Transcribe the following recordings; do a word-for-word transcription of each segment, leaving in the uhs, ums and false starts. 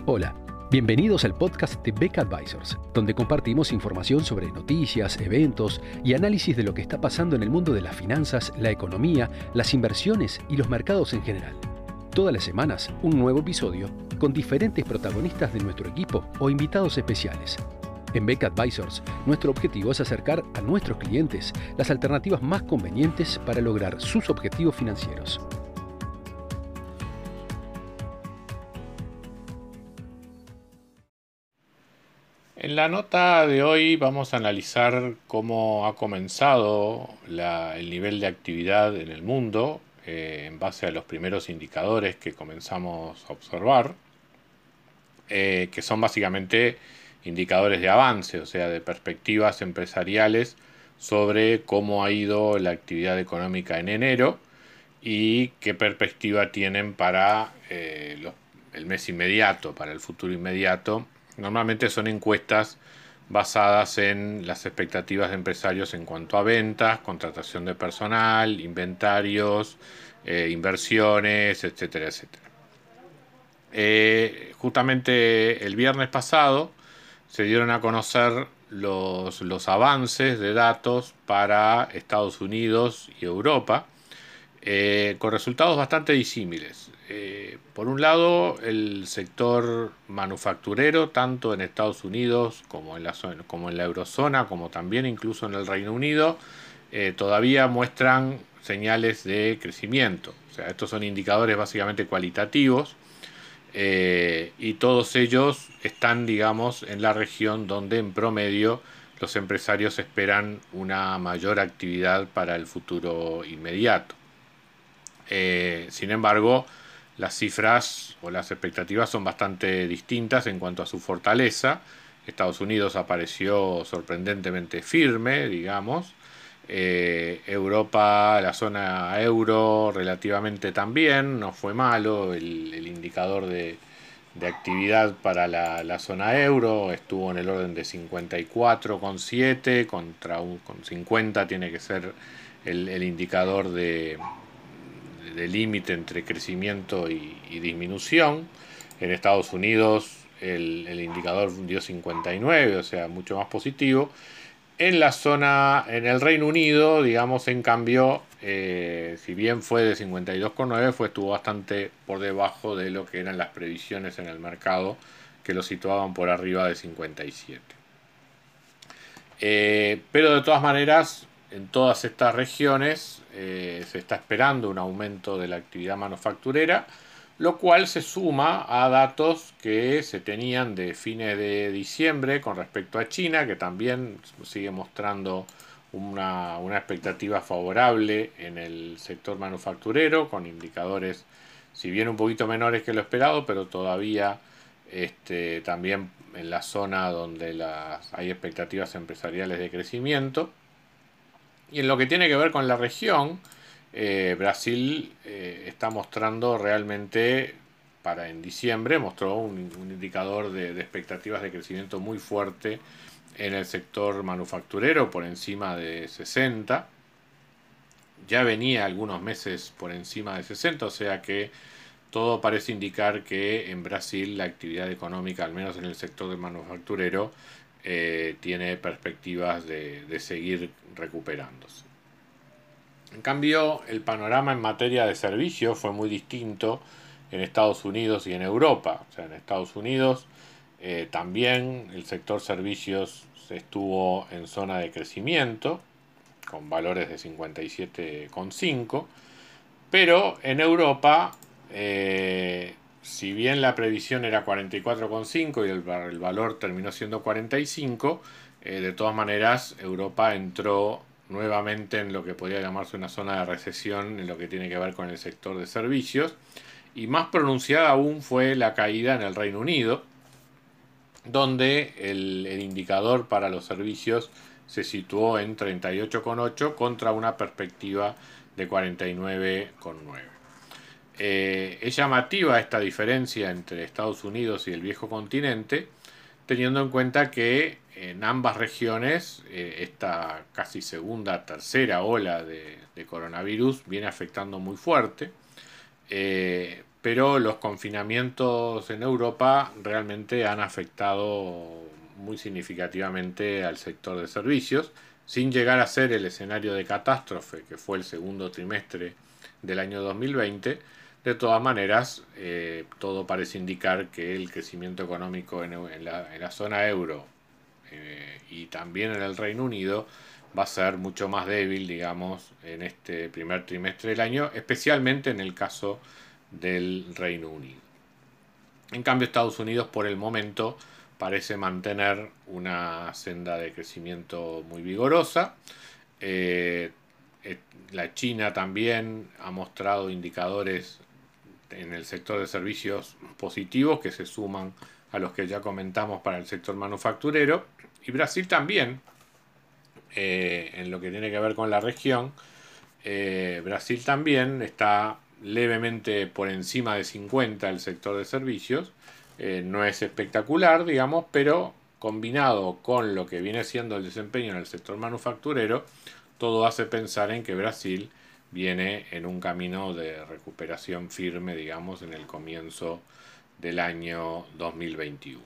Hola, bienvenidos al podcast de Beck Advisors, donde compartimos información sobre noticias, eventos y análisis de lo que está pasando en el mundo de las finanzas, la economía, las inversiones y los mercados en general. Todas las semanas, un nuevo episodio con diferentes protagonistas de nuestro equipo o invitados especiales. En Beck Advisors, nuestro objetivo es acercar a nuestros clientes las alternativas más convenientes para lograr sus objetivos financieros. En la nota de hoy vamos a analizar cómo ha comenzado la- el nivel de actividad en el mundo eh, en base a los primeros indicadores que comenzamos a observar, eh, que son básicamente indicadores de avance, o sea, de perspectivas empresariales sobre cómo ha ido la actividad económica en enero y qué perspectiva tienen para eh, los- el mes inmediato, para el futuro inmediato. Normalmente son encuestas basadas en las expectativas de empresarios en cuanto a ventas, contratación de personal, inventarios, eh, inversiones, etcétera, etcétera. Eh, justamente el viernes pasado se dieron a conocer los, los avances de datos para Estados Unidos y Europa, eh, con resultados bastante disímiles. Eh, por un lado, el sector manufacturero, tanto en Estados Unidos como en la, zona- como en la eurozona, como también incluso en el Reino Unido, eh, todavía muestran señales de crecimiento. O sea, estos son indicadores básicamente cualitativos, eh, y todos ellos están, digamos, en la región donde en promedio los empresarios esperan una mayor actividad para el futuro inmediato. Eh, sin embargo, las cifras o las expectativas son bastante distintas en cuanto a su fortaleza. Estados Unidos apareció sorprendentemente firme, digamos. Eh, Europa, la zona euro, relativamente también, no fue malo. El, el indicador de, de actividad para la, la zona euro estuvo en el orden de cincuenta y cuatro coma siete contra un, con cincuenta tiene que ser el, el indicador de, de límite entre crecimiento y, y disminución. En Estados Unidos el, el indicador dio cincuenta y nueve, o sea, mucho más positivo. En la zona, en el Reino Unido, digamos, en cambio, eh, si bien fue de cincuenta y dos coma nueve, fue, estuvo bastante por debajo de lo que eran las previsiones en el mercado, que lo situaban por arriba de cincuenta y siete. Eh, pero de todas maneras, en todas estas regiones eh, se está esperando un aumento de la actividad manufacturera, lo cual se suma a datos que se tenían de fines de diciembre con respecto a China, que también sigue mostrando una, una expectativa favorable en el sector manufacturero, con indicadores, si bien un poquito menores que lo esperado, pero todavía este, también en la zona donde las, hay expectativas empresariales de crecimiento. Y en lo que tiene que ver con la región, eh, Brasil eh, está mostrando realmente, para en diciembre, mostró un, un indicador de, de expectativas de crecimiento muy fuerte en el sector manufacturero, por encima de sesenta. Ya venía algunos meses por encima de sesenta, o sea que todo parece indicar que en Brasil la actividad económica, al menos en el sector del manufacturero, eh, tiene perspectivas de, de seguir recuperándose. En cambio, el panorama en materia de servicios fue muy distinto en Estados Unidos y en Europa. O sea, en Estados Unidos eh, también el sector servicios estuvo en zona de crecimiento, con valores de cincuenta y siete coma cinco, pero en Europa, eh, si bien la previsión era cuarenta y cuatro coma cinco y el, el valor terminó siendo cuarenta y cinco, eh, de todas maneras Europa entró nuevamente en lo que podría llamarse una zona de recesión en lo que tiene que ver con el sector de servicios, y más pronunciada aún fue la caída en el Reino Unido, donde el, el indicador para los servicios se situó en treinta y ocho coma ocho contra una perspectiva de cuarenta y nueve coma nueve. Eh, es llamativa esta diferencia entre Estados Unidos y el viejo continente, teniendo en cuenta que en ambas regiones eh, esta casi segunda, tercera ola de, de coronavirus viene afectando muy fuerte. Eh, pero los confinamientos en Europa realmente han afectado muy significativamente al sector de servicios, sin llegar a ser el escenario de catástrofe que fue el segundo trimestre del año dos mil veinte. De todas maneras, eh, todo parece indicar que el crecimiento económico en, en, la, en la zona euro eh, y también en el Reino Unido va a ser mucho más débil, digamos, en este primer trimestre del año, especialmente en el caso del Reino Unido. En cambio, Estados Unidos por el momento parece mantener una senda de crecimiento muy vigorosa. Eh, la China también ha mostrado indicadores en el sector de servicios positivos que se suman a los que ya comentamos para el sector manufacturero. Y Brasil también, eh, en lo que tiene que ver con la región, eh, Brasil también está levemente por encima de cincuenta el sector de servicios. Eh, no es espectacular, digamos, pero combinado con lo que viene siendo el desempeño en el sector manufacturero, todo hace pensar en que Brasil viene en un camino de recuperación firme, digamos, en el comienzo del año dos mil veintiuno.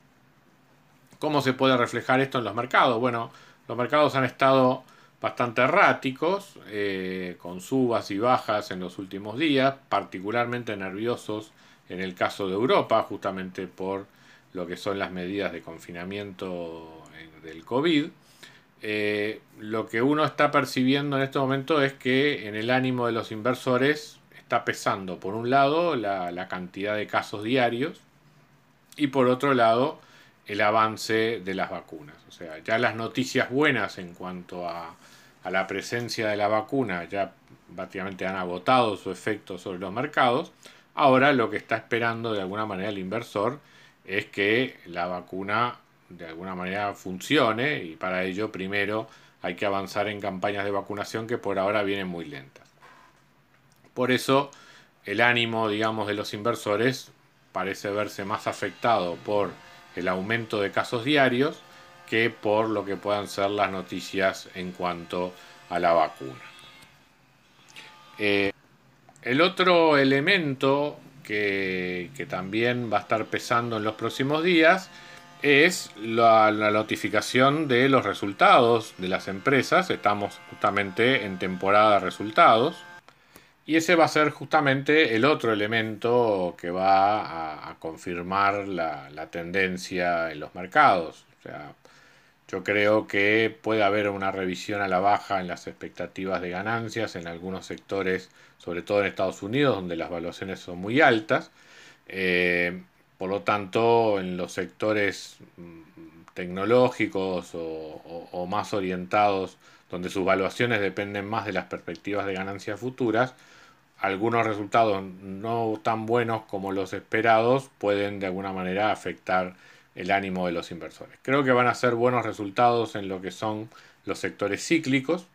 ¿Cómo se puede reflejar esto en los mercados? Bueno, los mercados han estado bastante erráticos, eh, con subas y bajas en los últimos días, particularmente nerviosos en el caso de Europa, justamente por lo que son las medidas de confinamiento del COVID. Eh, lo que uno está percibiendo en este momento es que en el ánimo de los inversores está pesando, por un lado, la, la cantidad de casos diarios y por otro lado, el avance de las vacunas. O sea, ya las noticias buenas en cuanto a, a la presencia de la vacuna ya prácticamente han agotado su efecto sobre los mercados. Ahora lo que está esperando de alguna manera el inversor es que la vacuna de alguna manera funcione, y para ello primero hay que avanzar en campañas de vacunación que por ahora vienen muy lentas. Por eso el ánimo, digamos, de los inversores parece verse más afectado por el aumento de casos diarios que por lo que puedan ser las noticias en cuanto a la vacuna. Eh, el otro elemento que, que también va a estar pesando en los próximos días es la, la notificación de los resultados de las empresas. Estamos justamente en temporada de resultados. Y ese va a ser justamente el otro elemento que va a, a confirmar la, la tendencia en los mercados. O sea, yo creo que puede haber una revisión a la baja en las expectativas de ganancias en algunos sectores, sobre todo en Estados Unidos, donde las valuaciones son muy altas. Eh, por lo tanto, en los sectores tecnológicos o, o, o más orientados, donde sus valuaciones dependen más de las perspectivas de ganancias futuras, algunos resultados no tan buenos como los esperados pueden de alguna manera afectar el ánimo de los inversores. Creo que van a ser buenos resultados en lo que son los sectores cíclicos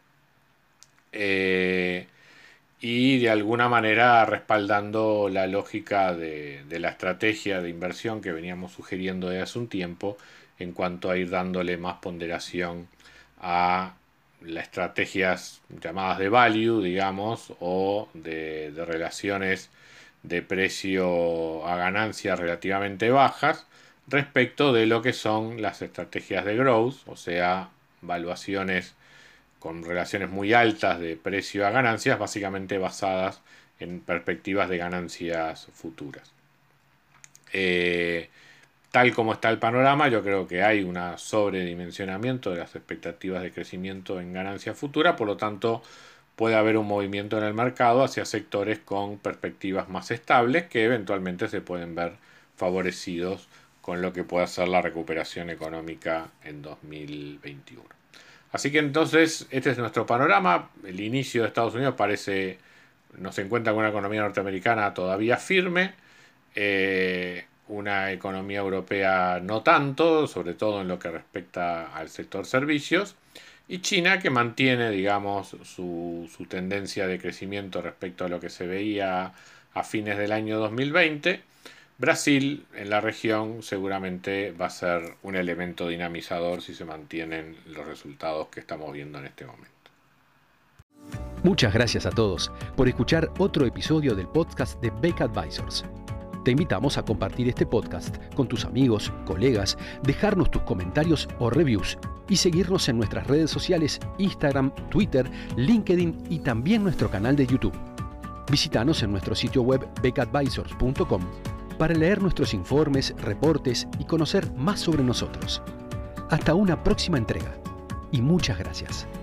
eh, y de alguna manera respaldando la lógica de, de la estrategia de inversión que veníamos sugiriendo desde hace un tiempo en cuanto a ir dándole más ponderación a las estrategias llamadas de value, digamos, o de, de relaciones de precio a ganancia relativamente bajas respecto de lo que son las estrategias de growth, o sea, valuaciones con relaciones muy altas de precio a ganancias, básicamente basadas en perspectivas de ganancias futuras. Eh, Tal como está el panorama, yo creo que hay un sobredimensionamiento de las expectativas de crecimiento en ganancia futura, por lo tanto puede haber un movimiento en el mercado hacia sectores con perspectivas más estables que eventualmente se pueden ver favorecidos con lo que pueda ser la recuperación económica en dos mil veintiuno. Así que entonces este es nuestro panorama. El inicio de Estados Unidos parece, nos encuentra con una economía norteamericana todavía firme, eh, una economía europea no tanto, sobre todo en lo que respecta al sector servicios, y China que mantiene, digamos, su, su tendencia de crecimiento respecto a lo que se veía a fines del año dos mil veinte. Brasil en la región seguramente va a ser un elemento dinamizador si se mantienen los resultados que estamos viendo en este momento. Muchas gracias a todos por escuchar otro episodio del podcast de Beck Advisors. Te invitamos a compartir este podcast con tus amigos, colegas, dejarnos tus comentarios o reviews y seguirnos en nuestras redes sociales Instagram, Twitter, LinkedIn y también nuestro canal de YouTube. Visítanos en nuestro sitio web beck advisors punto com para leer nuestros informes, reportes y conocer más sobre nosotros. Hasta una próxima entrega y muchas gracias.